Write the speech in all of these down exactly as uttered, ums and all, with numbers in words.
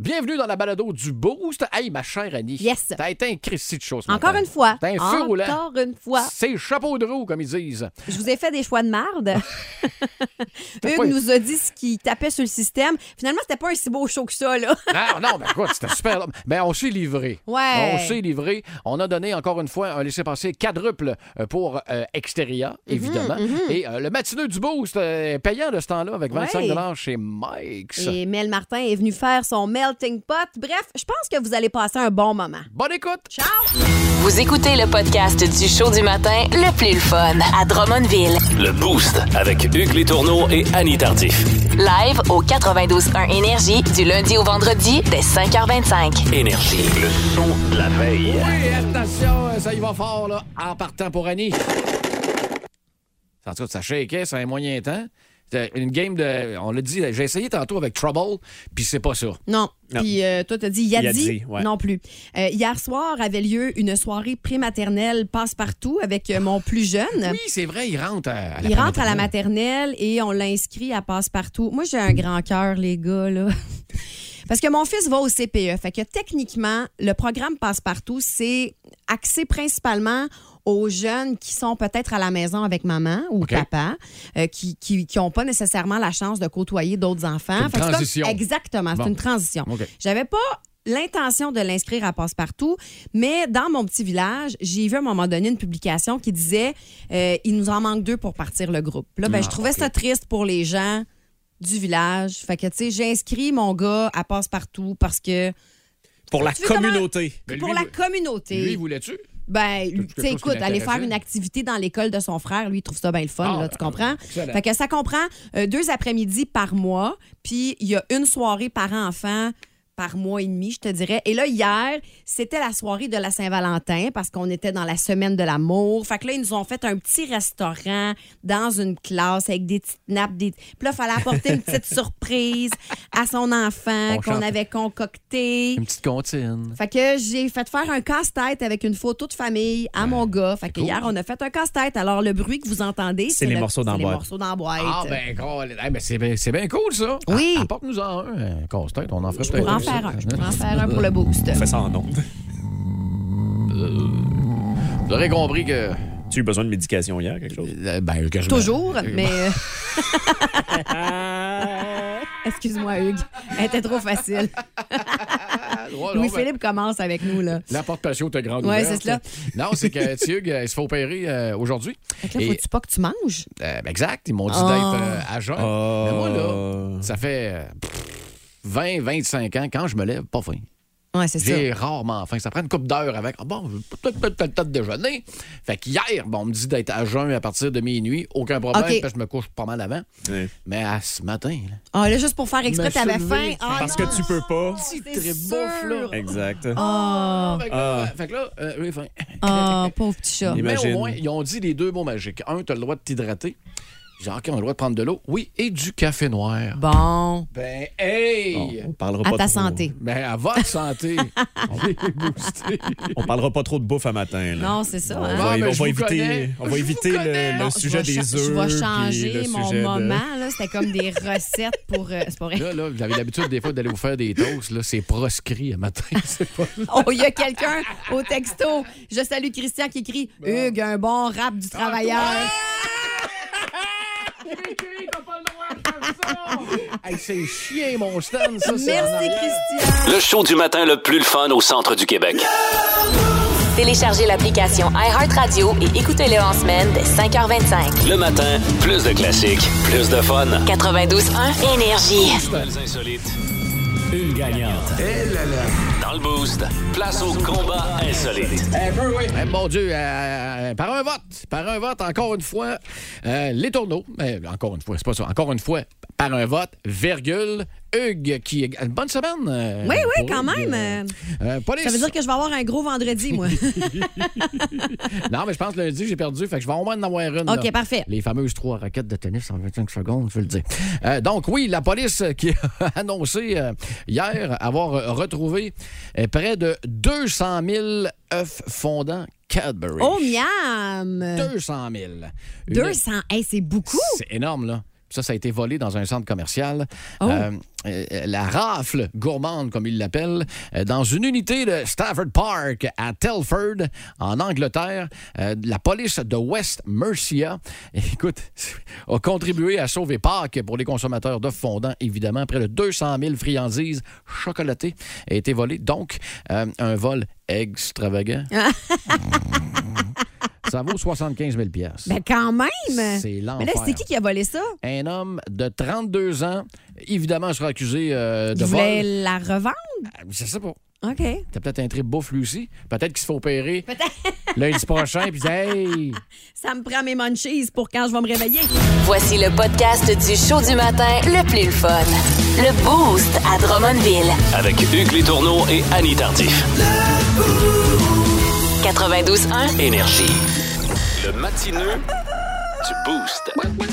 Bienvenue dans la balado du Boost. Hey, ma chère Annie. Yes. T'as été un Christy de choses. Encore une fois. T'as un feu roulant. Encore une fois. C'est chapeau de roue, comme ils disent. Je vous ai fait des choix de marde. Hugues pas... nous a dit ce qui tapait sur le système. Finalement, c'était pas un si beau show que ça, là. non, non, ben écoute, c'était super. Ben, on s'est livré. Ouais. On s'est livré. On a donné, encore une fois, un laissez-passer quadruple pour euh, Exteria, évidemment. Mm-hmm, mm-hmm. Et euh, le matineux du Boost est payant de ce temps-là, avec vingt-cinq dollars ouais. chez Mike's. Et Mel Martin est venu faire son melting pot. Bref, je pense que vous allez passer un bon moment. Bonne écoute! Ciao! Vous écoutez le podcast du show du matin le plus le fun à Drummondville. Le Boost avec Hugues Létourneau et Annie Tardif. Live au quatre-vingt-douze point un Énergie du lundi au vendredi dès cinq heures vingt-cinq. Énergie, le son de la veille. Oui, attention, ça y va fort, là, en partant pour Annie. En tout cas, ça shakeait, c'est un moyen temps. Une game de... On l'a dit, j'ai essayé tantôt avec Trouble, puis c'est pas ça. Non. non. Puis euh, toi, t'as dit Yadi? Yadi ouais. Non plus. Euh, hier soir avait lieu une soirée prématernelle passe-partout avec euh, mon plus jeune. Oui, c'est vrai, il rentre à, à la Il rentre à la maternelle et on l'a inscrit à passe-partout. Moi, j'ai un grand cœur, les gars, là. Parce que mon fils va au C P E. Fait que techniquement, le programme passe-partout, c'est axé principalement aux jeunes qui sont peut-être à la maison avec maman ou okay. papa, euh, qui qui qui ont pas nécessairement la chance de côtoyer d'autres enfants. C'est une fait transition. Que, exactement, bon. C'est une transition. Okay. J'avais pas l'intention de l'inscrire à Passe-Partout, mais dans mon petit village, j'ai vu à un moment donné une publication qui disait euh, il nous en manque deux pour partir le groupe. Là, ben, ah, je trouvais okay. ça triste pour les gens du village. Fait que, tu sais, j'ai inscrit mon gars à Passe-Partout parce que... Pour la communauté. Comment... Pour lui, la communauté. Lui, voulait-tu? Ben, tu sais, écoute, aller faire une activité dans l'école de son frère, lui, il trouve ça bien le fun, ah, là, tu comprends? Excellent. Fait que ça comprend euh, deux après-midi par mois, puis il y a une soirée par enfant par mois et demi, je te dirais. Et là, hier, c'était la soirée de la Saint-Valentin parce qu'on était dans la semaine de l'amour. Fait que là, ils nous ont fait un petit restaurant dans une classe avec des petites nappes. Des... Puis là, il fallait apporter une petite surprise à son enfant on qu'on chante. avait concocté. Une petite comptine. Fait que j'ai fait faire un casse-tête avec une photo de famille à ouais. mon gars. Fait que cool. Hier, on a fait un casse-tête. Alors, le bruit que vous entendez, c'est, c'est, les, le... morceaux dans c'est les morceaux dans la boîte. Ah, ben, cool. Hey, ben c'est, bien, c'est bien cool, ça. Oui. Apporte-nous en un, un casse-tête. On en ferait je peut-être un. Faire un. Je pourrais en faire un pour le Boost. On fait ça en ondes. Euh, vous aurez compris que... Tu as eu besoin de médication hier, quelque chose? Euh, ben, que je Toujours, me... mais... Excuse-moi, Hugues. Elle était trop facile. Ouais, Louis-Philippe ben... commence avec nous, là. La porte patio t'es grande ouais, ouverte. c'est cela. Non, c'est que Hugues, il se fait opérer euh, aujourd'hui. Fait que là, Et... faut-tu pas que tu manges? Euh, ben exact. Ils m'ont dit oh. d'être euh, à jeun. Oh. Mais moi, là, ça fait... Euh, vingt, vingt-cinq ans, quand je me lève, pas faim. Ouais, c'est J'ai ça. rarement faim. Ça prend une couple d'heures avec. Ah bon, peut-être peut-être le temps de déjeuner. Fait qu'hier, bon, on me dit d'être à jeun à partir de minuit. Aucun problème, okay. parce que je me couche pas mal avant. Oui. Mais à ce matin, là. Ah, là, juste pour faire exprès, t'avais faim. Ah, parce non. que tu peux pas. C'est bouffe, là. Exact. Ah. Fait que là, fait que là euh, j'ai faim. Ah, pauvre petit chat. Mais Imagine. au moins, ils ont dit les deux mots magiques. Un, t'as le droit de t'hydrater. Genre, OK, on a le droit de prendre de l'eau. Oui, et du café noir. Bon. Ben, hey! Bon, on parlera à pas ta trop. santé. Ben, à votre santé. On parlera pas trop de bouffe à matin. Là. Non, c'est ça. On hein? va, ah, ben, on va éviter, connais. on va éviter le, bon, le sujet des cha- œufs. Je vais changer le mon sujet moment. De... Là, c'était comme des recettes pour... Euh, c'est pas vrai. Là, là, vous avez l'habitude des fois d'aller vous faire des toasts. Là, c'est proscrit le matin. C'est pas... Oh, il y a quelqu'un au texto. Je salue Christian qui écrit bon. Hugues, un bon rap du travailleur. Ah, hey, c'est chien, mon stand, ça. Merci, Christian. Le show du matin le plus le fun au centre du Québec. Téléchargez l'application iHeartRadio et écoutez-le en semaine dès cinq heures vingt-cinq. Le matin, plus de classiques, plus de fun. quatre-vingt-douze point un Énergie. Nouvelles insolites. Une gagnante. Eh là là. Dans le Boost, place au combat insolite. Un peu, oui. Eh, mon Dieu, euh, par un vote, par un vote, encore une fois, euh, les tourneaux, euh, encore une fois, c'est pas ça, encore une fois, par un vote, virgule, Hugues, qui une bonne semaine. Euh, oui, oui, quand Hugues, même. Euh, euh, ça veut dire que je vais avoir un gros vendredi, moi. Non, mais je pense que lundi, j'ai perdu, fait que je vais au moins en avoir une. OK, là. Parfait. Les fameuses trois raquettes de tennis en vingt-cinq secondes, je veux le dire. Euh, donc, oui, la police qui a annoncé euh, hier avoir retrouvé euh, près de deux cent mille œufs fondants Cadbury. Oh, miam! deux cent mille. deux cents, hey, c'est beaucoup! C'est énorme, là. Ça, ça a été volé dans un centre commercial. Oh. Euh, euh, la rafle gourmande, comme ils l'appellent, euh, dans une unité de Stafford Park à Telford, en Angleterre. Euh, la police de West Mercia, écoute, a contribué à sauver Pâques pour les consommateurs d'œufs fondants, évidemment. Près de deux cent mille friandises chocolatées a été volées. Donc, euh, un vol extravagant. Ça vaut soixante-quinze mille dollars. Ben quand même! C'est l'enfer. Mais là, c'est qui qui a volé ça? Un homme de trente-deux ans, évidemment, sera accusé euh, de Il vol. voulait la revendre? Je sais pas. OK. T'as peut-être un trip bouffe, lui aussi. Peut-être qu'il se fait opérer peut-être. Lundi prochain, puis hey! Ça me prend mes munchies pour quand je vais me réveiller. Voici le podcast du show du matin le plus le fun. Le Boost à Drummondville. Avec Hugues Létourneau et Annie Tardif. quatre-vingt-douze un Énergie. Le matineux du Boost.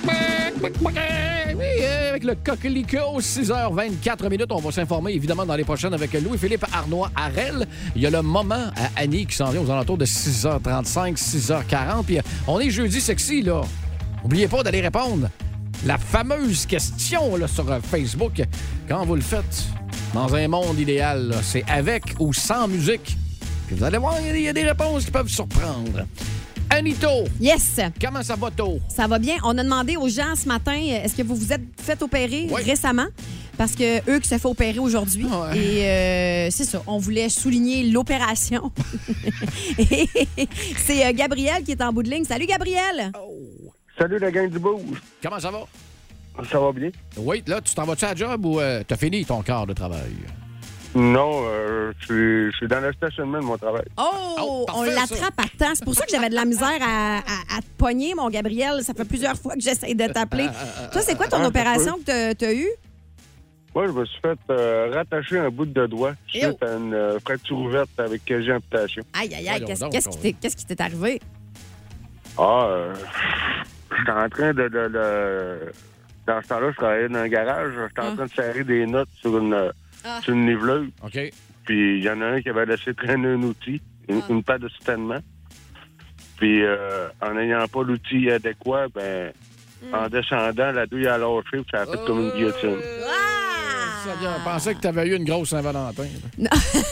Oui, avec le coquelicot, six heures vingt-quatre minutes. On va s'informer, évidemment, dans les prochaines avec Louis-Philippe Arnois-Harel. Il y a le moment à Annie qui s'en vient aux alentours de six heures trente-cinq, six heures quarante. Puis on est jeudi sexy, là. N'oubliez pas d'aller répondre. La fameuse question là, sur Facebook. Quand vous le faites dans un monde idéal, là, c'est avec ou sans musique. Puis vous allez voir, il y a des réponses qui peuvent surprendre. Anito! Yes! Comment ça va, tôt? Ça va bien. On a demandé aux gens ce matin, est-ce que vous vous êtes fait opérer oui. récemment? Parce que eux qui se fait opérer aujourd'hui. Ouais. Et euh, c'est ça, on voulait souligner l'opération. Et c'est euh, Gabriel qui est en bout de ligne. Salut, Gabriel! Oh. Salut la gang du Boost. Comment ça va? Ça va bien? Oui, là, tu t'en vas-tu à la job ou euh, t'as fini ton quart de travail? Non, euh, je suis- je suis dans le stationnement de mon travail. Oh! Oh, on parfait, l'attrape à temps. C'est pour ça que j'avais de la misère à, à- à te pogner, mon Gabriel. Ça fait plusieurs fois que j'essaie de t'appeler. Toi, c'est quoi ton Ah, opération que tu as eue? Moi, je me suis fait euh, rattacher un bout de doigt Eh oh. suite à une euh, fracture ouverte avec K G amputation. Aïe, aïe, aïe. Voyons Qu'est-ce donc, qu'est-ce qui on- t'est- qu'est-ce qui t'est arrivé? Ah, euh, j'étais en train de... de, de- dans ce temps-là, je travaillais dans un garage. J'étais en Ah. train de serrer des notes sur une, euh, Ah. sur une niveleuse. OK. Puis il y en a un qui avait laissé traîner un outil, une, Ah. une paire de soutènement. Puis euh, en n'ayant pas l'outil adéquat, ben, en descendant, la douille a lâché, puis ça a fait comme une guillotine. Ah! Ça vient, je pensais que tu avais eu une grosse Saint-Valentin. là.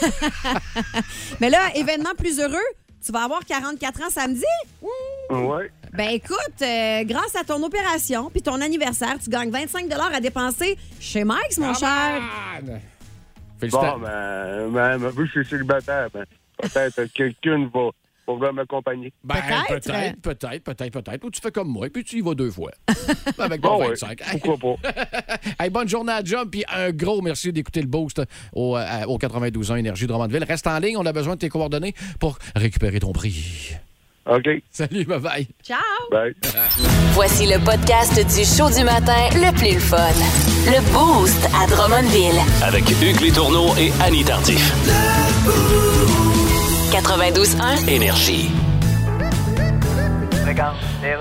Mais là, événement plus heureux, tu vas avoir quarante-quatre ans samedi? Ouais. Ben écoute, euh, grâce à ton opération puis ton anniversaire, tu gagnes vingt-cinq dollars à dépenser chez Mike's, mon cher. Man! Bon, Félicitations. ben, ben, ben, vu que je suis célibataire, ben, peut-être que quelqu'un va, va venir m'accompagner. Ben, Peut-être. peut-être, peut-être, peut-être, peut-être. Ou tu fais comme moi, puis tu y vas deux fois. Avec Bon, ton ouais, vingt-cinq. Hey, pourquoi pas. hey, bonne journée à job, puis un gros merci d'écouter le Boost au, euh, au quatre-vingt-douze ans Énergie de Drummondville. Reste en ligne, on a besoin de tes coordonnées pour récupérer ton prix. OK, Salut, bye-bye. Ciao! bye. Voici le podcast du show du matin le plus le fun. Le Boost à Drummondville. Avec Hugues Létourneau et Annie Tardif. quatre-vingt-douze un Énergie. Regarde, les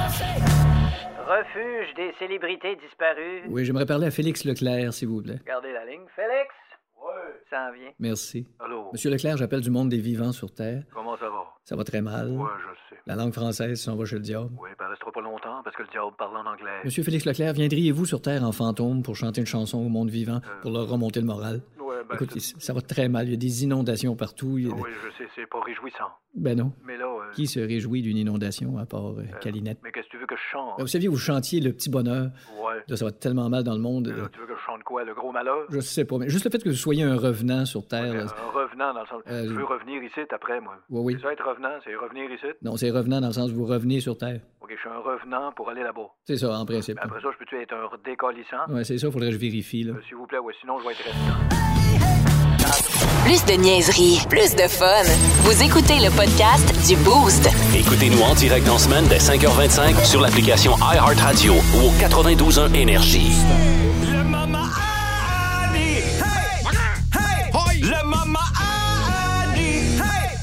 Refuge des célébrités disparues. Oui, j'aimerais parler à Félix Leclerc, s'il vous plaît. Gardez la ligne. Félix? Oui. Ça en vient. Merci. Allô? Monsieur Leclerc, j'appelle du monde des vivants sur Terre. Comment ça va? Ça va très mal. Ouais, je sais. La langue française s'en va chez le diable. Oui, ben restera pas longtemps parce que le diable parle en anglais. Monsieur Félix Leclerc, viendriez-vous sur Terre en fantôme pour chanter une chanson au monde vivant pour leur remonter le moral? Ouais, ben. Écoute, c'est- ça va très mal. Il y a des inondations partout. Il y a des- Oui, je sais, c'est pas réjouissant. Ben non. Mais là. euh, Qui se réjouit d'une inondation à part euh, Calinette? Mais qu'est-ce que tu veux que je chante? Ben, vous saviez, vous chantiez Le Petit Bonheur. Ouais. Là, ça va tellement mal dans le monde. Mais là, euh, tu veux que je chante quoi? Le gros malheur? Je sais pas, mais juste le fait que vous soyez un revenant sur Terre. Euh, là, un revenant dans le sens. Euh, Tu veux revenir ici après, moi? Oui, oui. C'est ça être revenant, c'est revenir ici? Non, c'est revenant dans le sens où vous revenez sur Terre. Ok, je suis un revenant pour aller là-bas. C'est ça, en principe. Après ça, je peux-tu être un décollissant? Ouais, c'est ça, faudrait que je vérifie, là. Euh, S'il vous plaît, ouais, sinon je vais être restant. Plus de niaiserie, plus de fun. Vous écoutez le podcast du Boost. Écoutez-nous en direct en semaine dès cinq heures vingt-cinq sur l'application iHeartRadio ou au quatre-vingt-douze un Énergie. Le Mama Annie, hey, hey, le Mama Annie, hey,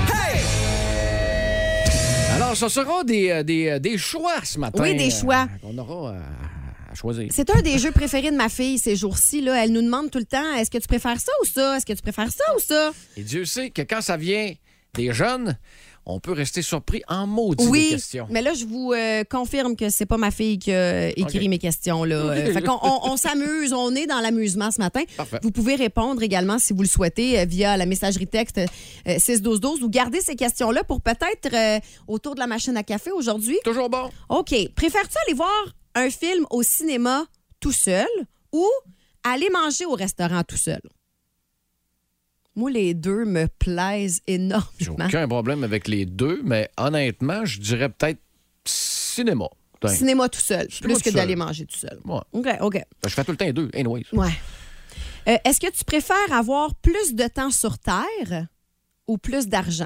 hey. Alors, ce sera des, euh, des, euh, des choix ce matin. Oui, des choix. euh, qu'on aura euh, à choisir. C'est un des jeux préférés de ma fille ces jours-ci. Là. Elle nous demande tout le temps, est-ce que tu préfères ça ou ça? Est-ce que tu préfères ça ou ça? Et Dieu sait que quand ça vient des jeunes, on peut rester surpris en maudit oui, des questions. Mais là, je vous euh, confirme que c'est pas ma fille qui a écrit okay. mes questions. Là. Euh, fait qu'on, on, on s'amuse, on est dans l'amusement ce matin. Parfait. Vous pouvez répondre également, si vous le souhaitez, via la messagerie texte euh, six douze douze ou garder ces questions-là pour peut-être euh, autour de la machine à café aujourd'hui. Toujours bon. OK. Préfères-tu aller voir un film au cinéma tout seul ou aller manger au restaurant tout seul? Moi, les deux me plaisent énormément. J'ai aucun problème avec les deux, mais honnêtement, je dirais peut-être cinéma. Putain. Cinéma tout seul, cinéma plus tout que d'aller manger tout seul. Ouais. OK, OK. Ben, je fais tout le temps les deux, anyways. Ouais. Euh, est-ce que tu préfères avoir plus de temps sur Terre ou plus d'argent?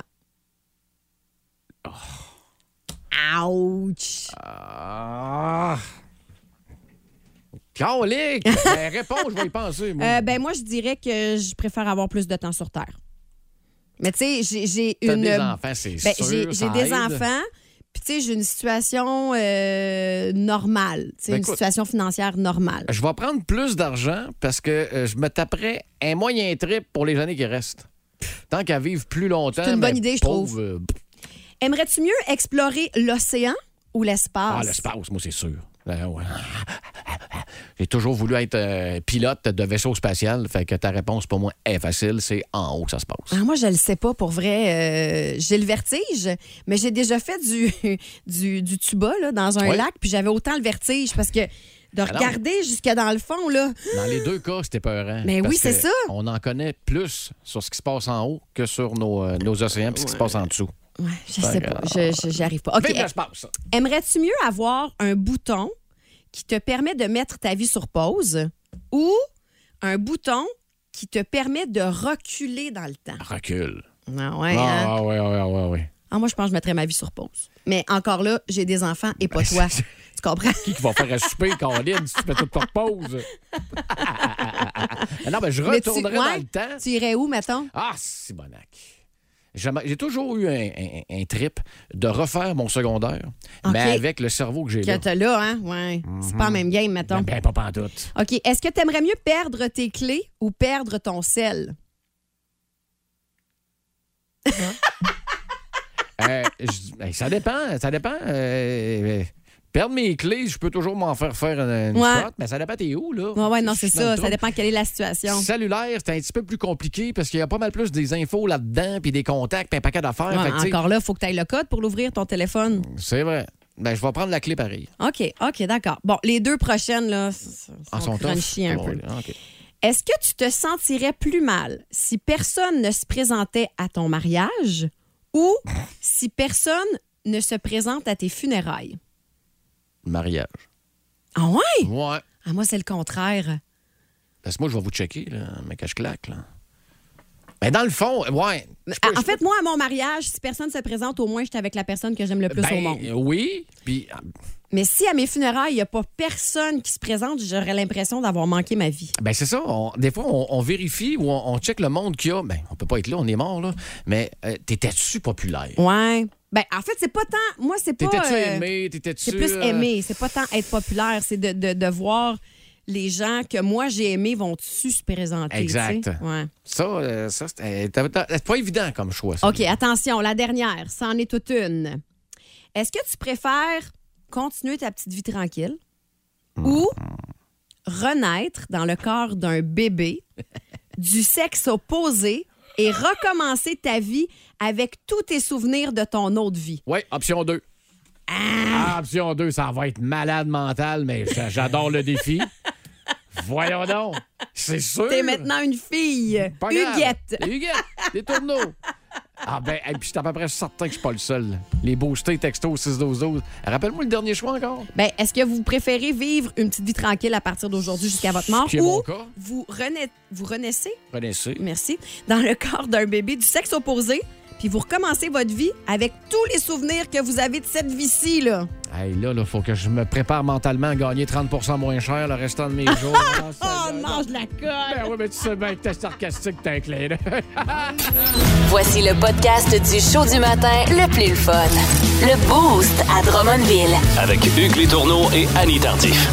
Oh. Ouch! Ah... Calique! Ben, réponds, je vais y penser. Moi. Euh, ben, moi, je dirais que je préfère avoir plus de temps sur Terre. Mais tu sais, j'ai, j'ai T'as une... des enfants, c'est ben, sûr, J'ai, j'ai des enfants, puis tu sais, j'ai une situation euh, normale. Tu sais, Ben, une écoute, situation financière normale. Je vais prendre plus d'argent parce que euh, je me taperais un moyen trip pour les années qui restent. Tant qu'à vivre plus longtemps. C'est une bonne ben, idée, je pauvre, trouve. euh, Aimerais-tu mieux explorer l'océan ou l'espace? Ah, l'espace, moi, c'est sûr. Euh, ouais. J'ai toujours voulu être euh, pilote de vaisseau spatial, fait que ta réponse pour moi est facile, c'est en haut que ça se passe. Ah, moi, je le sais pas pour vrai. Euh, j'ai le vertige, mais j'ai déjà fait du, du, du tuba là, dans un ouais. lac, puis j'avais autant le vertige parce que de Alors, regarder jusqu'à dans le fond, là. dans les deux cas, c'était peurant. Mais oui, c'est ça. On en connaît plus sur ce qui se passe en haut que sur nos, euh, nos océans et ce qui se passe en dessous. Ouais, je sais pas. Je, je, j'y arrive pas. OK. Vive l'espace. Aimerais-tu mieux avoir un bouton qui te permet de mettre ta vie sur pause ou un bouton qui te permet de reculer dans le temps? Recule. Ah ouais, ah, hein? ouais, ouais, ouais, ouais. Ah, moi, je pense que je mettrais ma vie sur pause. Mais encore là, j'ai des enfants et pas toi. Tu comprends? Qui qui va faire un souper, Caroline, si tu fais toute ta pause? Non, ben je retournerais tu, ouais, dans le temps. Tu irais où, mettons? Ah, c'est bonac. J'ai toujours eu un, un, un trip de refaire mon secondaire, okay. mais avec le cerveau que j'ai là. Que t'as là, hein? Ouais. Mm-hmm. C'est pas la même game, mettons. Ben, ben pas pantoute. OK. Est-ce que t'aimerais mieux perdre tes clés ou perdre ton sel? euh, je, ben, ça dépend. Ça dépend. Euh, Perdre mes clés, je peux toujours m'en faire faire une, une ouais. shot, mais ça dépend t'es où, là. Ouais, ouais, non, c'est ça. Ça dépend quelle est la situation. Cellulaire, c'est un petit peu plus compliqué parce qu'il y a pas mal plus des infos là-dedans, puis des contacts, puis un paquet d'affaires. Ouais, fait, encore là, il faut que tu ailles le code pour l'ouvrir, ton téléphone. C'est vrai. Ben, je vais prendre la clé pareil. OK, OK, d'accord. Bon, les deux prochaines, là, sont, ah, sont crunchy un oh, peu. Okay. Est-ce que tu te sentirais plus mal si personne ne se présentait à ton mariage ou si personne ne se présente à tes funérailles? Mariage. Ah ouais? Ouais. Ah, moi, c'est le contraire. Parce que moi, je vais vous checker, là, mais que je claque, là. Mais dans le fond, ouais. Peux, en fait, peux... moi, à mon mariage, si personne se présente, au moins, j'étais avec la personne que j'aime le plus ben, au monde. Oui, puis... Mais si à mes funérailles, il n'y a pas personne qui se présente, j'aurais l'impression d'avoir manqué ma vie. Ben c'est ça. On, des fois, on, on vérifie ou on, on check le monde qu'il y a. Ben, on peut pas être là, on est mort, là. Mais euh, t'étais-tu populaire? Ouais. Ben, en fait, c'est pas tant... Moi, c'est pas... T'étais-tu euh, aimé? T'étais-tu... C'est plus aimé. C'est pas tant être populaire. C'est de, de, de voir les gens que moi, j'ai aimés vont-tu se présenter. Exact. Ouais. Ça, euh, ça c'est, c'est pas évident comme choix. Ça. OK, attention. La dernière, ça en est toute une. Est-ce que tu préfères continuer ta petite vie tranquille mmh. ou renaître dans le corps d'un bébé du sexe opposé et recommencer ta vie avec tous tes souvenirs de ton autre vie? Oui, option deux. Ah! Ah, option deux, ça va être malade mental, mais j'adore le défi. Voyons donc. C'est sûr. T'es maintenant une fille. Pas Huguette. Grave. Huguette, des tourneaux. Ah ben, et puis je suis à peu près certain que je suis pas le seul. Les boostés textos six douze douze. Rappelle-moi le dernier choix encore. Ben, est-ce que vous préférez vivre une petite vie tranquille à partir d'aujourd'hui jusqu'à votre mort qui est ou mon cas. vous, rena... vous renaissez? Renaissez. Merci. Dans le corps d'un bébé du sexe opposé, puis vous recommencez votre vie avec tous les souvenirs que vous avez de cette vie-ci, là. Hey, là, il faut que je me prépare mentalement à gagner trente pour cent moins cher le restant de mes jours. Oh, mange la colle! Ben oui, mais tu sais bien que t'es sarcastique, t'es un clé, là. Voici le podcast du show du matin le plus le fun. Le Boost à Drummondville. Avec Hugues Létourneau et Annie Tardif.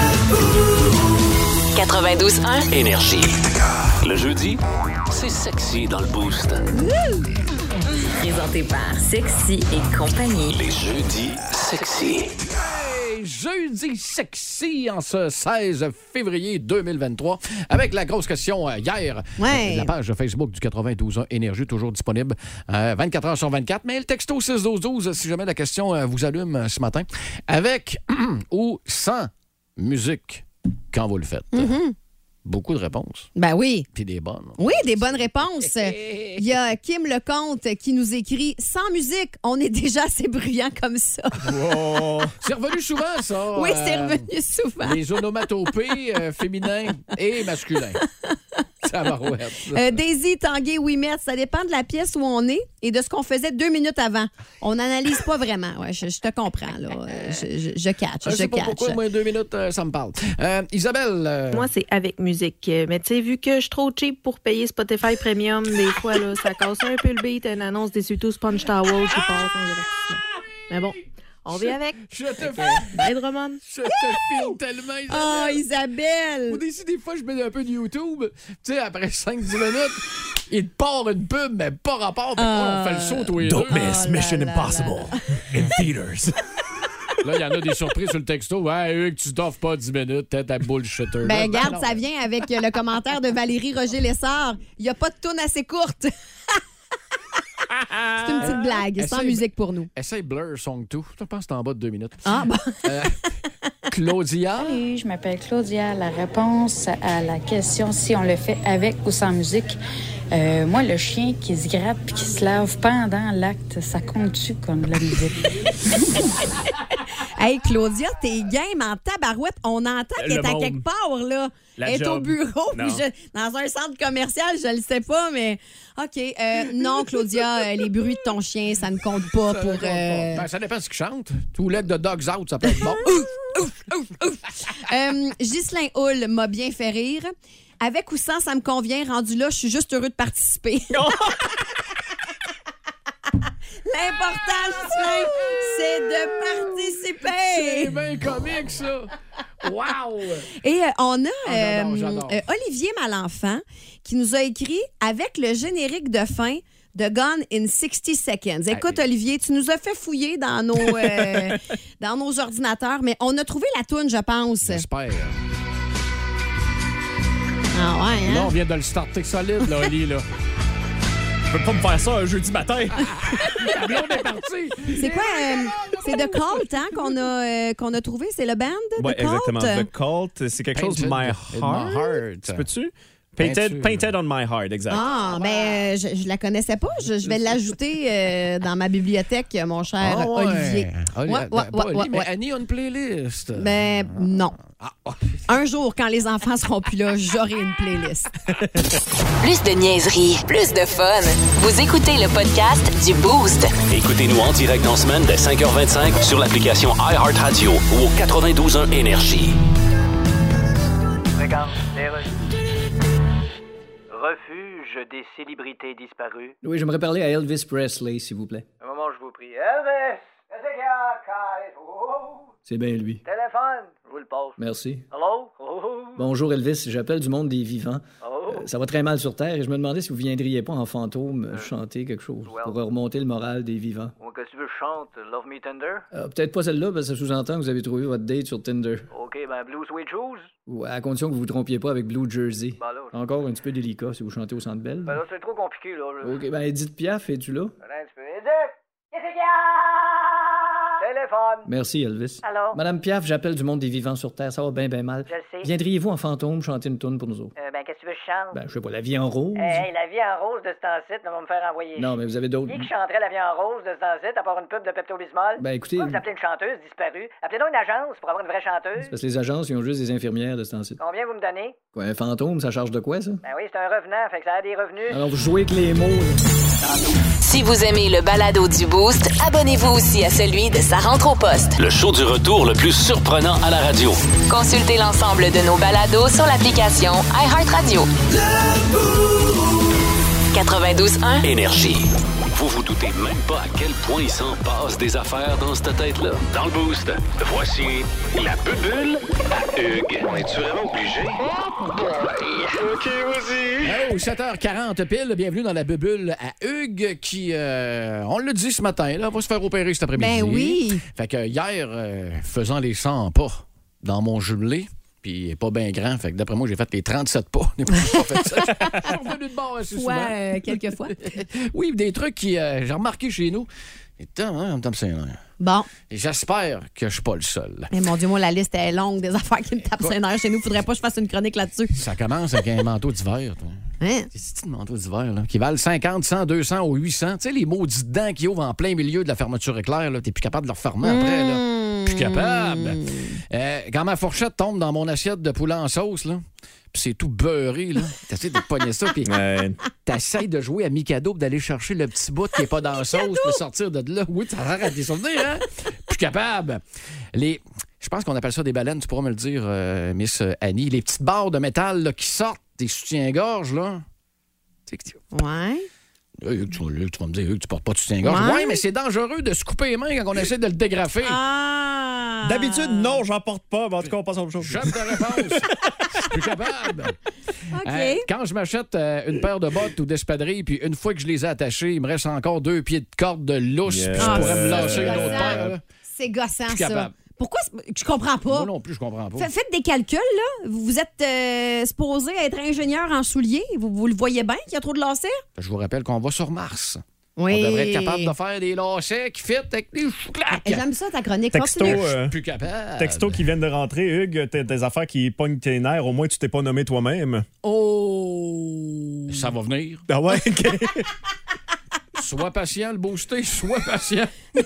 quatre-vingt-douze un Énergie. Le jeudi, c'est sexy dans le Boost. Woo! Présenté par Sexy et compagnie. Les jeudis sexy. Hey, jeudi sexy en ce seize février deux mille vingt-trois avec la grosse question euh, hier. Ouais. Euh, la page Facebook du quatre-vingt-douze un Énergie toujours disponible euh, vingt-quatre heures sur vingt-quatre. Mais le texto six douze douze si jamais la question euh, vous allume euh, ce matin. Avec ou sans musique quand vous le faites. Mm-hmm. Beaucoup de réponses. Ben oui. Puis des bonnes. Oui, des bonnes réponses. Il y a Kim Lecomte qui nous écrit « Sans musique, on est déjà assez bruyant comme ça. » Wow. C'est revenu souvent, ça. Oui, c'est revenu souvent. Les onomatopées euh, féminins et masculins. Ça va ouais. euh, Daisy Tanguay Ouimet, ça dépend de la pièce où on est et de ce qu'on faisait deux minutes avant. On n'analyse pas vraiment. Ouais, je, je te comprends, là. Je, je, je catch, je je sais pas catch. pourquoi, moi, deux minutes, euh, ça me parle. Euh, Isabelle... Euh... Moi, c'est avec musique. Mais tu sais, vu que je suis trop cheap pour payer Spotify Premium, des fois, là, ça casse un peu le beat. Une annonce des Suto Sponge Towel qui passe en divertissement. Mais bon... On vit avec. Je te file. Bye, Drummond. Je te file tellement, Isabelle. Oh, Isabelle. Moi, des, des fois, je mets un peu de YouTube. Tu sais, après cinq dix minutes, il te part une pub, mais pas rapport. Puis uh, on fait le saut tous les deux. Don't miss oh, Mission là, là, Impossible là, in theaters. Là, il y en a des surprises sur le texto. Ouais, eux, que tu t'offres pas dix minutes, t'es ta bullshitter. Ben, regarde, ça vient avec le commentaire de Valérie Roger-Lessard. Il n'y a pas de toune assez courte. C'est une petite blague, Essaye, sans musique pour nous. Essaye Blur Song deux. Je pense que c'est en bas de deux minutes. Ah, bon. Euh, Claudia. Salut, je m'appelle Claudia. La réponse à la question si on le fait avec ou sans musique, euh, moi, le chien qui se gratte puis qui se lave pendant l'acte, ça compte-tu comme de la musique? Hey, Claudia, t'es game en tabarouette. On entend qu'elle est à quelque part, là. La Elle est job. au bureau, Non. puis je- dans un centre commercial, je le sais pas, mais OK. Euh, non, Claudia, euh, les bruits de ton chien, ça ne compte pas Ça pour... compte euh, pas. Ben, ça dépend de ce qu'il chante. Tout leg de Dogs Out, ça peut être bon. Euh, Ghislain Hull m'a bien fait rire. Avec ou sans, ça me convient. Rendu là, je suis juste heureux de participer. L'important, Ghislain, c'est de participer. C'est bien comique, ça. Wow! Et euh, on a Ah, j'adore, euh, j'adore. euh, Olivier Malenfant qui nous a écrit avec le générique de fin de Gone in sixty seconds. Écoute, Olivier, tu nous as fait fouiller dans nos, euh, dans nos ordinateurs, mais on a trouvé la toune, je pense. J'espère. Ah ouais, hein? Là, on vient de le starter solide, là, Oli, là. Je peux pas me faire ça un jeudi matin. La blonde est partie. C'est quoi? euh, c'est The Cult, hein, qu'on a, euh, qu'on a trouvé? C'est le band? Oui, The Cult? exactement. The Cult, c'est quelque chose de My Painted in Heart. my heart. Tu peux-tu? Painted, Peinture. painted on my heart, exact. Ah, ben, euh, je, je la connaissais pas. Je, je vais l'ajouter euh, dans ma bibliothèque, mon cher Ah ouais. Olivier. Oli- Ouais, ben, ouais, pas ouais, Oli, ouais, mais ouais. Annie a une playlist. Ben, non. Ah, oh. Un jour, quand les enfants seront plus là, j'aurai une playlist. Plus de niaiserie, plus de fun. Vous écoutez le podcast du Boost. Écoutez-nous en direct en semaine dès cinq heures vingt-cinq sur l'application iHeartRadio ou au quatre-vingt-douze un Énergie. Regarde, les re- Refuge des célébrités disparues. Oui, j'aimerais parler à Elvis Presley, s'il vous plaît. Un moment, je vous prie. Elvis! Qu'est-ce qu'il y a, Kyle? Oh, C'est bien lui. téléphone! Je vous le passe. Merci. Hello? Oh, Bonjour Elvis, j'appelle du monde des vivants. oh. Euh, ça va très mal sur Terre et je me demandais si vous viendriez pas en fantôme euh, chanter quelque chose pour remonter le moral des vivants. Oh, qu'est-ce que tu veux que je chante? Love Me Tender? Euh, Peut-être pas celle-là, parce que ça sous-entend que vous avez trouvé votre date sur Tinder. OK, ben Blue Sweet Shoes? Ou à condition que vous vous trompiez pas avec Blue Jersey. Ben là, Encore un petit peu délicat si vous chantez au Centre Bell. ben là c'est trop compliqué, là. là. OK, ben Edith Piaf, es-tu là? Attends un petit peu. Edith! Qu'est-ce qu'il y a? Téléphone! Merci Elvis. Allô? Madame Piaf, j'appelle du monde des vivants sur Terre, ça va bien bien mal. Je le sais. Viendriez-vous en fantôme chanter une tourne pour nous autres? Euh, ben, qu'est-ce que tu veux que je chante? Ben, je sais pas, la vie en rose? Hey, la vie en rose de ce temps-ci, on va me faire envoyer. Non, mais vous avez d'autres... Qui qui chanterait la vie en rose de ce temps-ci, à part une pub de Pepto-Bismol? Ben, écoutez- Pourquoi vous appelez une chanteuse disparue? Appelez-donc une agence pour avoir une vraie chanteuse. Parce que les agences, ils ont juste des infirmières de ce temps-ci. Combien vous me donnez? Quoi, un fantôme, ça charge de quoi, ça? Ben oui, c'est un revenant, fait que ça a des revenus. Alors, vous jouez avec les mots, là. Si vous aimez le balado du Boost, abonnez-vous aussi à celui de Sa rentre au poste. Le show du retour le plus surprenant à la radio. Consultez l'ensemble de nos balados sur l'application iHeartRadio. quatre-vingt-douze un Énergie. Vous vous doutez même pas à quel point il s'en passe des affaires dans cette tête-là. Dans le Boost, voici la bubule à Hugues. On est-tu vraiment obligé? OK, vas-y. Oh, sept heures quarante pile, bienvenue dans la bubule à Hugues qui, euh, on l'a dit ce matin, là, va se faire opérer cet après-midi. Ben oui. Fait que hier, euh, faisant les cent pas dans mon jumelé, puis il est pas bien grand, fait que d'après moi, j'ai fait les trente-sept pas. On n'est pas fait ça. Je suis revenu de bord assez souvent. Ouais, euh, quelques fois. Oui, des trucs qui, euh, j'ai remarqué chez nous. Et tant, hein, on me tape ses nerfs. Bon. Et j'espère que je suis pas le seul. Mais mon Dieu, moi, la liste est longue des affaires qui me tapent ses nerfs chez nous. Faudrait pas que je fasse une chronique là-dessus. Ça commence avec un manteau d'hiver, toi. Hein? C'est un manteau d'hiver, là, qui valent cinquante, cent, deux cents ou huit cents. Tu sais, les maudits dents qui ouvrent en plein milieu de la fermeture éclair, là, t'es plus capable de leur fermer après, là. Plus capable. Euh, quand ma fourchette tombe dans mon assiette de poulet en sauce, là, puis c'est tout beurré, là, t'essaies de pogner ça, puis t'essayes de jouer à Mikado, d'aller chercher le petit bout qui est pas dans la sauce, de sortir de là. Oui, ça arrête des souvenirs, hein? Plus capable. Les... Je pense qu'on appelle ça des baleines, tu pourras me le dire, euh, Miss Annie. Les petites barres de métal là, qui sortent des soutiens-gorge, là. Tu sais que... Ouais. Là, tu, là, tu vas me dire que tu portes pas de soutien-gorge. Ouais. ouais, mais c'est dangereux de se couper les mains quand on essaie de le dégrafer. Ah! D'habitude, non, j'en porte pas. Mais en tout cas, on passe à autre chose. J'aime ta réponse. Je suis plus capable. OK. Euh, quand je m'achète euh, une paire de bottes ou d'espadrilles, puis une fois que je les ai attachées, il me reste encore deux pieds de corde de lousse, Yeah. puis je Ah, pourrais me c'est lâcher une gossant. autre paire. Là. C'est gossant, Je suis ça. capable. Pourquoi? c'est- Je comprends pas. Moi non plus, je comprends pas. Fa- Faites des calculs, là. Vous êtes euh, supposé être ingénieur en souliers. Vous, vous le voyez bien qu'il y a trop de lacets? Je vous rappelle qu'on va sur Mars. Oui. On devrait être capable de faire des lacets qui fit avec des chouclacs. J'aime ça, ta chronique. Texto, Continue. Je euh, suis plus capable. texto qui viennent de rentrer, Hugues, t'as des affaires qui pognent tes nerfs, au moins tu t'es pas nommé toi-même. Oh! Ça va venir. Ah ouais? OK. Sois patient, le boosté, sois patient.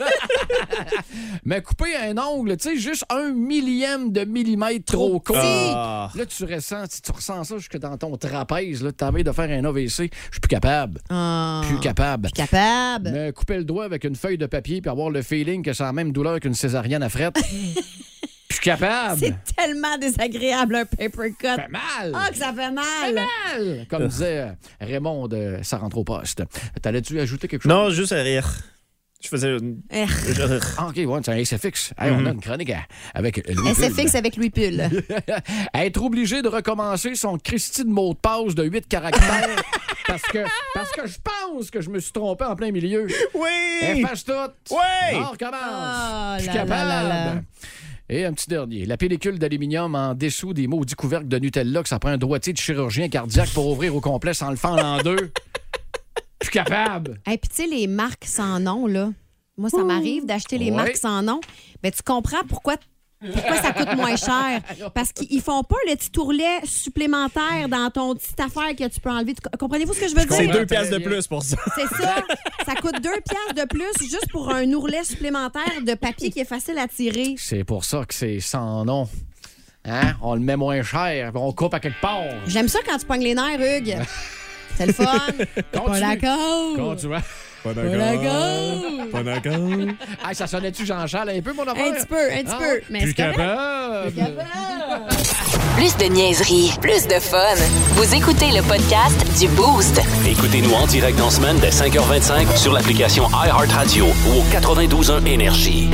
Mais couper un ongle, tu sais, juste un millième de millimètre trop court. Ah. Là, tu ressens, tu, tu ressens ça jusque dans ton trapèze. Là, t'as envie de faire un A V C. Je suis plus capable. Ah. Plus capable. Plus capable. Me couper le doigt avec une feuille de papier puis avoir le feeling que c'est la même douleur qu'une césarienne à frette. Plus capable. C'est tellement désagréable, un paper cut. Ça fait mal. Ah, que ça fait mal. Ça fait mal. Comme disait euh, Raymond de Ça rentre au poste. T'allais-tu ajouter quelque chose? Non, juste à rire. Je faisais une... Eh. Ah, OK, ouais, c'est un S F X. Hey, on a une chronique à- avec Louis S F Pull. X avec Louis Pull. Être obligé de recommencer son Christy de mot de passe de huit caractères parce que, parce que je pense que je me suis trompé en plein milieu. Oui! Efface tout. Oui! On recommence. Ah, Je suis là, capable. là, là, là. Et un petit dernier. La pellicule d'aluminium en dessous des maudits couvercles de Nutella que ça prend un doigtier de chirurgien cardiaque pour ouvrir au complet sans le fendre en deux. Je suis capable. Et puis, tu sais, les marques sans nom, là. Moi, ça m'arrive d'acheter les Ouais. marques sans nom. Ben, tu comprends pourquoi, pourquoi ça coûte moins cher. Parce qu'ils font pas le petit tourlet supplémentaire dans ton petite affaire que tu peux enlever. Tu- Comprenez-vous ce que je veux C'est dire? deux piastres de plus pour ça. C'est ça. Ça coûte deux piastres de plus juste pour un ourlet supplémentaire de papier qui est facile à tirer. C'est pour ça que c'est sans nom. Hein? On le met moins cher, puis on coupe à quelque part. J'aime ça quand tu pognes les nerfs, Hugues. C'est le fun. Pas Continue. d'accord. Continue. Pas Pas d'accord. Pas d'accord. Hey, ça sonnait-tu Jean-Charles un peu, mon affaire? Un petit peu, un petit Ah, peu. Mais plus c'est correct. capable. Plus capable. Plus de niaiserie, plus de fun. Vous écoutez le podcast du Boost. Écoutez-nous en direct dans la semaine dès cinq heures vingt-cinq sur l'application iHeartRadio ou au quatre-vingt-douze un Énergie.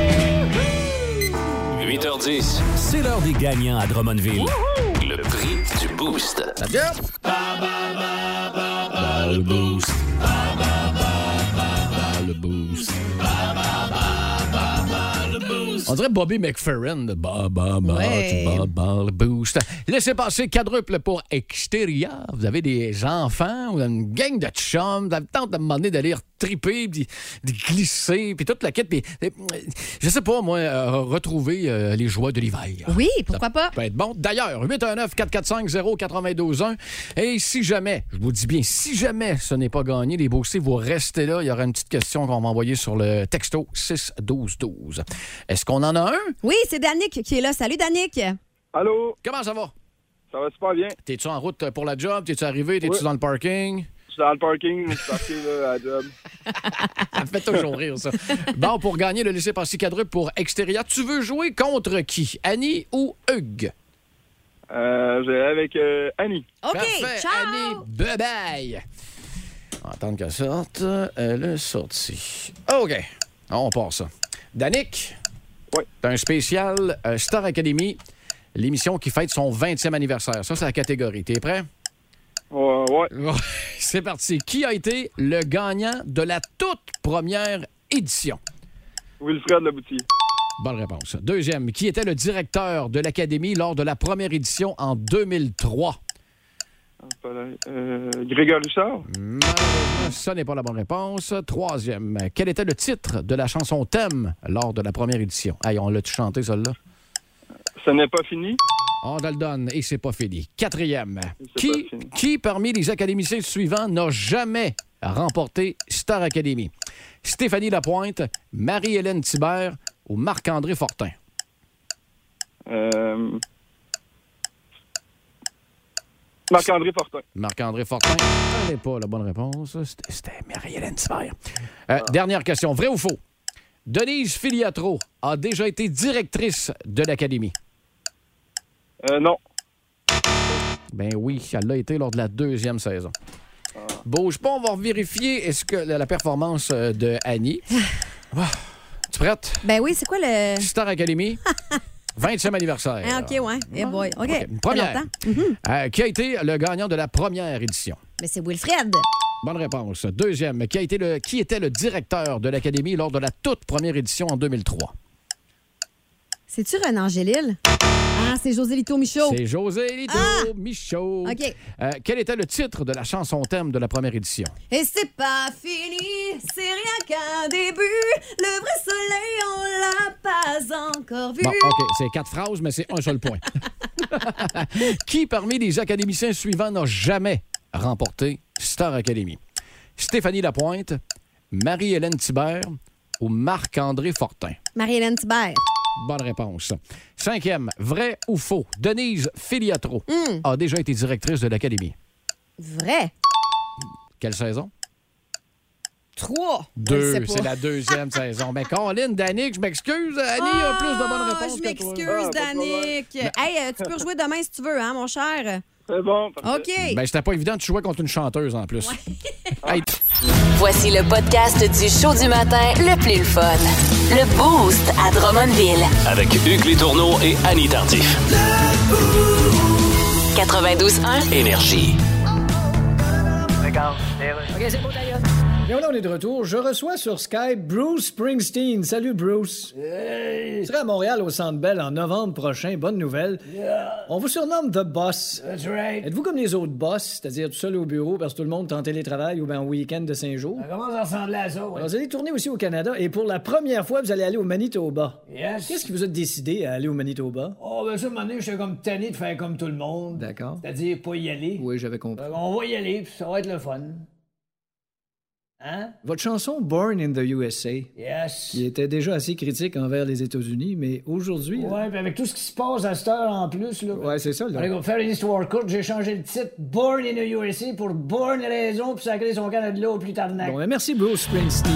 huit heures dix, c'est l'heure des gagnants à Drummondville. Le prix du Boost. Ça vient? Le boost. Le boost. On dirait Bobby McFerrin de ba, ba, ba, Ouais. ba, ba, le boost. Laissez passer quadruple pour Exteria. Vous avez des enfants ou une gang de chums. Vous avez le temps de demander d'aller triper, puis de glisser, puis toute la quête. Puis, euh, je sais pas, moi, euh, retrouver euh, les joies de l'hiver. Oui, pourquoi pas? Ça peut être bon. D'ailleurs, huit un neuf, quatre quatre cinq, zéro neuf deux un. Et si jamais, je vous dis bien, si jamais ce n'est pas gagné, les boostés, vous restez là. Il y aura une petite question qu'on va envoyer sur le texto six douze douze. Est-ce qu'on en a un? Oui, c'est Danick qui est là. Salut, Danick. Allô? Comment ça va? Ça va super bien. T'es-tu en route pour la job? T'es-tu arrivé? T'es-tu Oui. dans le parking? Je suis dans le parking, je suis parti là, à la job. Ça me fait toujours rire, ça. Bon, pour gagner le laissez-passer quadruple pour Exteria, tu veux jouer contre qui? Annie ou Hugues? Euh, J'irai avec euh, Annie. OK, Parfait, ciao. Annie, bye-bye. On va attendre qu'elle sorte. Elle est sortie. OK. On part ça. Danick, oui. T'as un spécial euh, Star Academy, l'émission qui fête son vingtième anniversaire. Ça, c'est la catégorie. T'es prêt? Euh, ouais. C'est parti. Qui a été le gagnant de la toute première édition? Wilfred Leboutillier. Bonne réponse. Deuxième, qui était le directeur de l'Académie lors de la première édition en deux mille trois? Euh, Grégory Richard. Malheureusement, ça n'est pas la bonne réponse. Troisième, quel était le titre de la chanson thème lors de la première édition? Hey, on l'a-tu chanté, celle-là? Ce n'est pas fini. On te le donne et c'est pas fini. Quatrième, C'est qui, pas fini. qui parmi les académiciens suivants n'a jamais remporté Star Academy? Stéphanie Lapointe, Marie-Hélène Thibert ou Marc-André Fortin? Euh... Marc-André Fortin. Marc-André Fortin, ce n'est pas la bonne réponse. C'était, c'était Marie-Hélène Thibert. Euh, ah. Dernière question, vrai ou faux? Denise Filiatro a déjà été directrice de l'Académie. Euh, non. Ben oui, elle l'a été lors de la deuxième saison. Ah. Bouge pas, on va vérifier est-ce que la, la performance de Annie. Ah. Tu prête? Ben oui, c'est quoi le... Star Academy, vingtième anniversaire. Ah, OK, ouais. Eh boy. OK. okay. Première. Mm-hmm. Euh, qui a été le gagnant de la première édition? Mais c'est Wilfred. Bonne réponse. Deuxième, qui, a été le, qui était le directeur de l'Académie lors de la toute première édition en deux mille trois? C'est-tu Renan Angélil? Ah, c'est José Lito Michaud. C'est José Lito ah! Michaud. OK. Euh, quel était le titre de la chanson thème de la première édition? Et c'est pas fini, c'est rien qu'un début. Le vrai soleil, on l'a pas encore vu. Bon, OK, c'est quatre phrases, mais c'est un seul point. Qui parmi les académiciens suivants n'a jamais remporté Star Academy? Stéphanie Lapointe, Marie-Hélène Thibert ou Marc-André Fortin? Marie-Hélène Thibert. Bonne réponse. Cinquième, vrai ou faux? Denise Filiatro mm. a déjà été directrice de l'Académie. Vrai. Quelle saison? Trois. Deux, c'est la deuxième saison. Mais Colin, Danick, je m'excuse. Annie oh, a plus de bonnes réponses je que toi. Je m'excuse, Danick. Ah, hey, euh, tu peux rejouer demain si tu veux, hein, mon cher? C'est bon. Parfait. OK. Ben, c'était pas évident de jouer contre une chanteuse en plus. Ouais. Hey. Voici le podcast du show du matin le plus le fun. Le Boost à Drummondville. Avec Hugues Létourneau et Annie Tardif. quatre-vingt-douze un Énergie. Regarde, OK, c'est beau d'ailleurs. Bien là, on est de retour. Je reçois sur Skype Bruce Springsteen. Salut, Bruce. Hey. Tu seras à Montréal au Centre Bell en novembre prochain. Bonne nouvelle. Yeah. On vous surnomme The Boss. That's right. Êtes-vous comme les autres boss, c'est-à-dire tout seul au bureau parce que tout le monde est en télétravail ou bien en week-end de cinq jours? Ça commence à ressembler à ça, ouais. Alors, vous allez tourner aussi au Canada et pour la première fois, vous allez aller au Manitoba. Yes. Qu'est-ce qui vous a décidé à aller au Manitoba? Oh, ben ça, à un moment donné, j'étais comme tanné de faire comme tout le monde. D'accord. C'est-à-dire pas y aller. Oui, j'avais compris. Euh, on va y aller, puis ça va être le fun. Hein? Votre chanson Born in the U S A, yes. qui était déjà assez critique envers les États-Unis, mais aujourd'hui... Ouais, puis avec tout ce qui se passe à cette heure en plus, là... Ouais, c'est ça, là. Allez, on va faire une histoire courte, j'ai changé le titre Born in the U S A pour Born Raison, puis sacrer son Canada là au plus tarnac. Bon, ben merci Bruce Springsteen.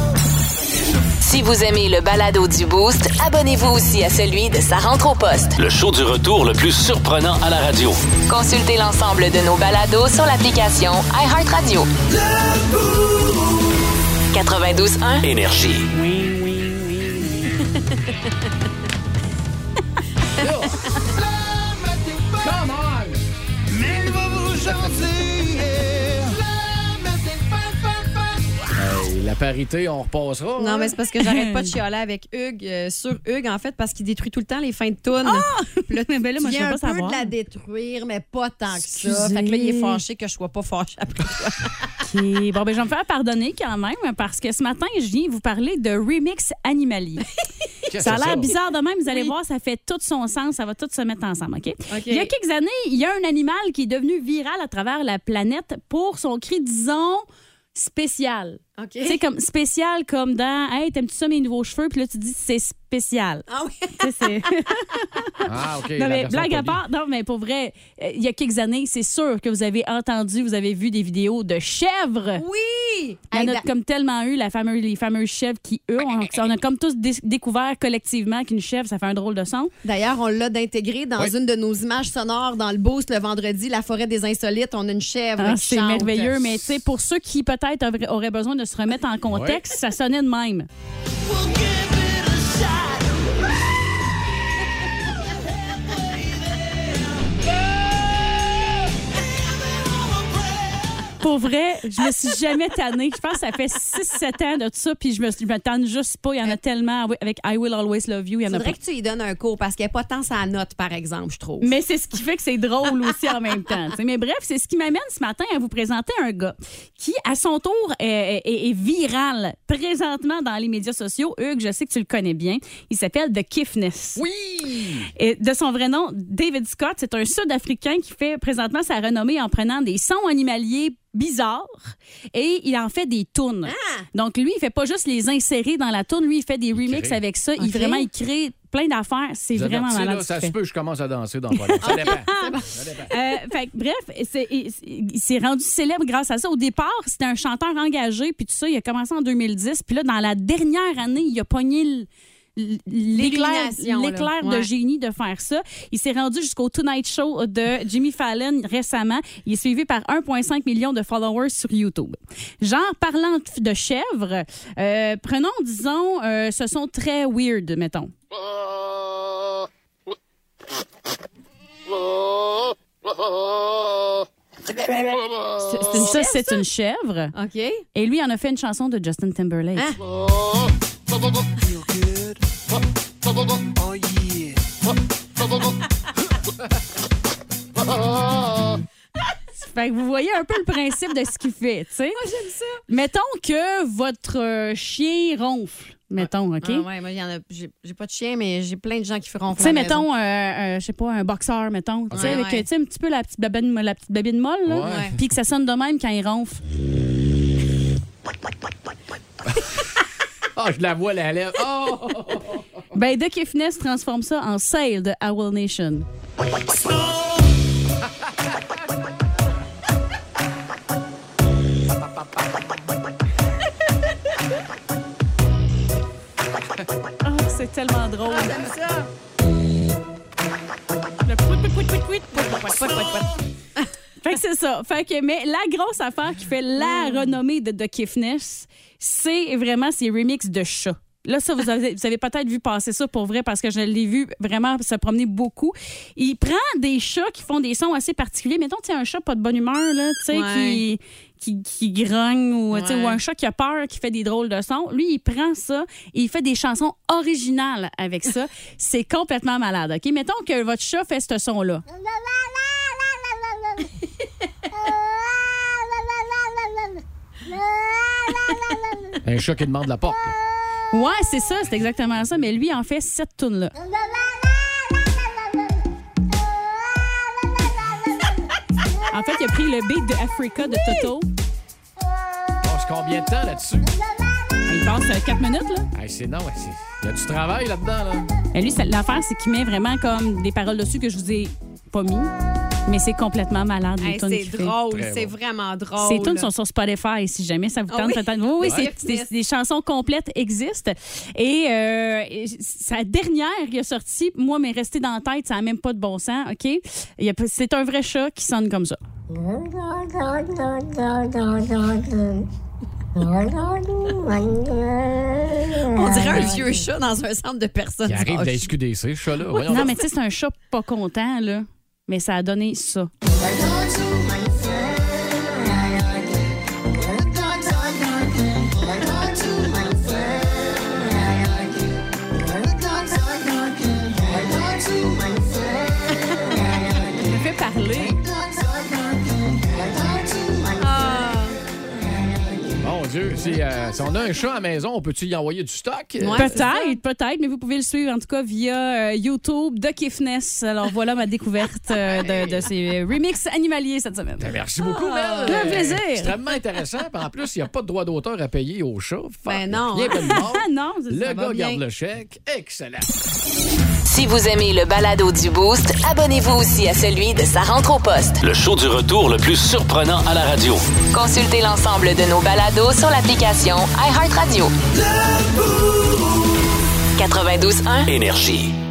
Si vous aimez le balado du Boost, abonnez-vous aussi à celui de Sa rentre au poste. Le show du retour le plus surprenant à la radio. Consultez l'ensemble de nos balados sur l'application iHeartRadio. quatre-vingt-douze un Énergie. Oui, oui, oui, oui. Come on! Mais il va vous chanter. Hey, la parité, on repassera. Non, hein? mais c'est parce que j'arrête pas de chialer avec Hugues, euh, sur Hugues, en fait, parce qu'il détruit tout le temps les fins de toune. Ah! Là, mais ben là, moi, tu je veux viens pas un peu savoir. de la détruire, mais pas tant que Excusez. ça. Fait que là, il est fâché que je sois pas fâché après toi. OK. Bon, ben, je vais me faire pardonner quand même, parce que ce matin, je viens vous parler de remix animalier. Ça a l'air bizarre de même, vous allez Oui. voir, ça fait tout son sens, ça va tout se mettre ensemble, OK? OK. Il y a quelques années, il y a un animal qui est devenu viral à travers la planète pour son cri, disons, spécial. OK. Tu sais, comme spécial, comme dans « Hey, t'aimes-tu ça, mes nouveaux cheveux? » Puis là, tu dis « C'est spécial. » Ah oui? Tu sais, c'est... Ah, OK. Non, la mais version blague à polie. part, non, mais pour vrai, euh, il y a quelques années, c'est sûr que vous avez entendu, vous avez vu des vidéos de chèvres. Oui! Oui! Il y en a Hey, comme tellement eu, la fameuse, les fameuses chèvres qui hurlent. On, on a comme tous dé- découvert collectivement qu'une chèvre, ça fait un drôle de son. D'ailleurs, on l'a d'intégrer dans Oui. une de nos images sonores dans le Boost le vendredi, la forêt des insolites. On a une chèvre Ah, qui c'est chante. merveilleux, mais tu sais, pour ceux qui peut-être auraient- auraient besoin de se remettre en contexte, ça sonnait de même. Pour vrai, je me suis jamais tannée. Je pense que ça fait six sept ans de tout ça, puis je me, je me tanne juste pas. Il y en a tellement. Avec I Will Always Love You, il y en a Faudrait pas. que tu lui donnes un cours parce qu'il n'y a pas tant sa note, par exemple, je trouve. Mais c'est ce qui fait que c'est drôle aussi en même temps. t'sais. Mais bref, c'est ce qui m'amène ce matin à vous présenter un gars qui, à son tour, est, est- est viral présentement dans les médias sociaux. Hugues, je sais que tu le connais bien. Il s'appelle The Kiffness. Oui! Et de son vrai nom, David Scott, c'est un Sud-Africain qui fait présentement sa renommée en prenant des sons animaliers bizarres et il en fait des tunes. Ah! Donc lui, il fait pas juste les insérer dans la tune, lui il fait des remixes crée. avec ça. Il Ok. vraiment il crée plein d'affaires. C'est Vous vraiment avertis, malade. là, ce ça qu'il se fait. peut que je commence à danser dans le podcast. Ça dépend. Ça dépend. Euh, fait que, bref, c'est- il, il s'est rendu célèbre grâce à ça. Au départ, c'était un chanteur engagé, puis tout ça, il a commencé en deux mille dix. Puis là, dans la dernière année, il a pogné le- l- l'éclair, L'illumination, là. l'éclair de Ouais. génie de faire ça. Il s'est rendu jusqu'au Tonight Show de Jimmy Fallon récemment. Il est suivi par un virgule cinq million de followers sur YouTube. Genre, parlant de chèvres, euh, prenons, disons, euh, ce son très weird, mettons. C'est- c'est une Ça, chèvre, c'est ça? une chèvre. OK. Et lui, il en a fait une chanson de Justin Timberlake. Fait que vous voyez un peu le principe de ce qu'il fait, tu sais. Moi, j'aime ça. Mettons que votre euh, chien ronfle. Mettons, OK? Ah ouais, moi, il y en a, j'ai, j'ai pas de chien, mais j'ai plein de gens qui feront Tu sais, mettons, euh, euh, je sais pas, un boxeur, mettons. Tu sais, Ouais, avec ouais. tu sais, un petit peu la petite babine, la petite babine molle, là. Ouais. Puis que ça sonne de même quand il ronfle. Ah, je la vois, la lèvre. Oh! Ben, The Kiffness transforme ça en Sail de Owl Nation. Oh, c'est tellement drôle. Ah, j'aime ça. Le pouit, pouit, pouit, pouit, pouit, pouit, pouit, pouit, pouit. Fait que c'est ça. Fait que, mais la grosse affaire qui fait la renommée de The Kiffness, c'est vraiment ces remixes de chats. Là, ça, vous avez, vous avez peut-être vu passer ça pour vrai parce que je l'ai vu vraiment se promener beaucoup. Il prend des chats qui font des sons assez particuliers. Mettons, tu sais, un chat pas de bonne humeur, là, tu sais, Ouais. qui, qui, qui grogne ou, tu sais, Ouais. ou un chat qui a peur, qui fait des drôles de sons. Lui, il prend ça et il fait des chansons originales avec ça. C'est complètement malade, OK? Mettons que votre chat fait ce son-là. Un chat qui demande la porte. là. Ouais, c'est ça, c'est exactement ça. Mais lui, en fait, cette toune-là. En fait, il a pris le beat de Africa de Toto. On passe combien de temps là-dessus? Il passe euh, quatre minutes, là. Hey, c'est non, ouais, c'est- il y a du travail là-dedans. Là. Et lui, ça- l'affaire, c'est qu'il met vraiment comme des paroles dessus que je vous ai pas mis. Mais c'est complètement malade, les Hey, tunes c'est qu'il fait. drôle, Très c'est bon. vraiment drôle. Ces tunes sont sur Spotify, si jamais ça vous Ah tente oui? peut-être. Oui, oui, Ouais. c'est des, des chansons complètes existent. Et euh, et sa dernière qui a sorti, moi, m'est restée dans la tête, ça n'a même pas de bon sens, OK? Il y a- C'est un vrai chat qui sonne comme ça. On dirait un vieux chat dans un centre de personnes Il arrive de la âgées. S Q D C, ce chat-là. Voyons Non, donc. mais tu sais, c'est un chat pas content, là. Mais ça a donné ça. Il me fait parler. Mon Dieu, si, euh, si on a un chat à la maison, on peut-tu y envoyer du stock? Peut-être, peut-être, mais vous pouvez le suivre en tout cas via euh, YouTube de Kiffness. Alors voilà ma découverte euh, de, de ces remixes animaliers cette semaine. Merci beaucoup, Mel. Un plaisir. Extrêmement intéressant. Puis en plus, il n'y a pas de droit d'auteur à payer au chat. Ben non. Rien de mort. Ah non, c'est Le ça. gars va bien. garde le chèque. Excellent. Si vous aimez le balado du Boost, abonnez-vous aussi à celui de Sa rentre au poste. Le show du retour le plus surprenant à la radio. Consultez l'ensemble de nos balados sur l'application iHeartRadio. quatre-vingt-douze un Énergie.